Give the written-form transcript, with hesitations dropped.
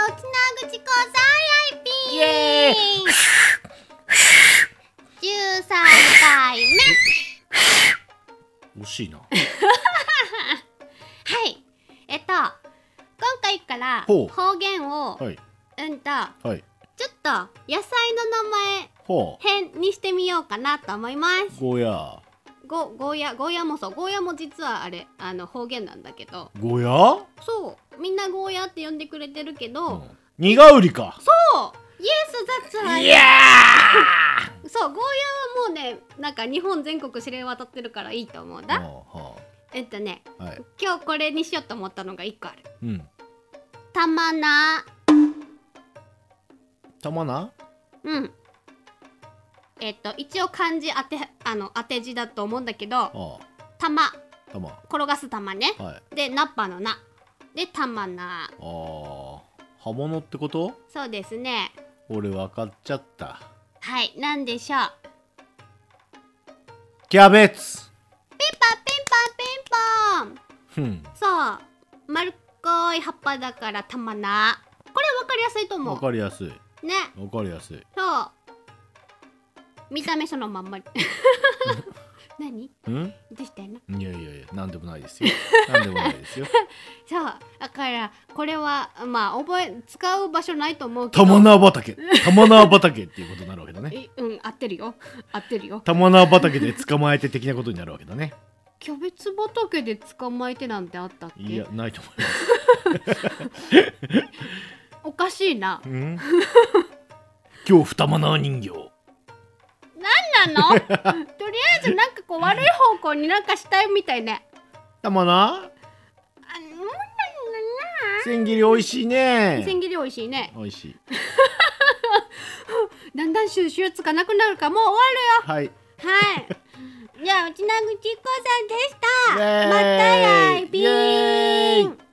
つなぐちこさんやいぴーイエーイ 13回目惜しいな。 はい今回からほう方言をはいはいちょっと野菜の名前ほう変にしてみようかなと思います。 ゴーヤゴーヤもそう、ゴーヤも実はあれ方言なんだけど、 ゴーヤそうみんなゴーヤって呼んでくれてるけど、 苦うりか。 そうイエスザッツはいやそう、ゴーヤはもうね、なんか日本全国知れ渡ってるからいいと思うんだ。 はい今日これにしようと思ったのが1個ある。 たまな一応漢字当て字だと思うんだけど、玉転がす玉ね、でナッパのなで玉な。 刃物ってこと？ そうですね。 俺分かっちゃった。 はい、なんでしょう。 キャベツ。 ピンポンピンポンピンポン。そう、丸っこい葉っぱだから玉な。これ分かりやすいと思う。 分かりやすいね。 分かりやすい。 そう見た目そのまんま何？どうしたの？ いやなんでもないですよ。なんでもないですよ。 そうだからこれはまあ使う場所ないと思うけど、 玉縄畑っていうことになるわけだね。 合ってるよ玉縄畑で捕まえて的なことになるわけだね。 キャベツ畑で捕まえてなんてあったっけ？ いやないと思います。 おかしいな。 今日二玉縄人形なんなの？とりあえずなんかこう悪い方向になんかしたいみたいね。 玉縄千切り美味しいね。 千切り美味しいね。 美味しい。 だんだん収集つかなくなるからもう終わるよ。はいじゃあうちなぐちこさんでした。またやいぴーん。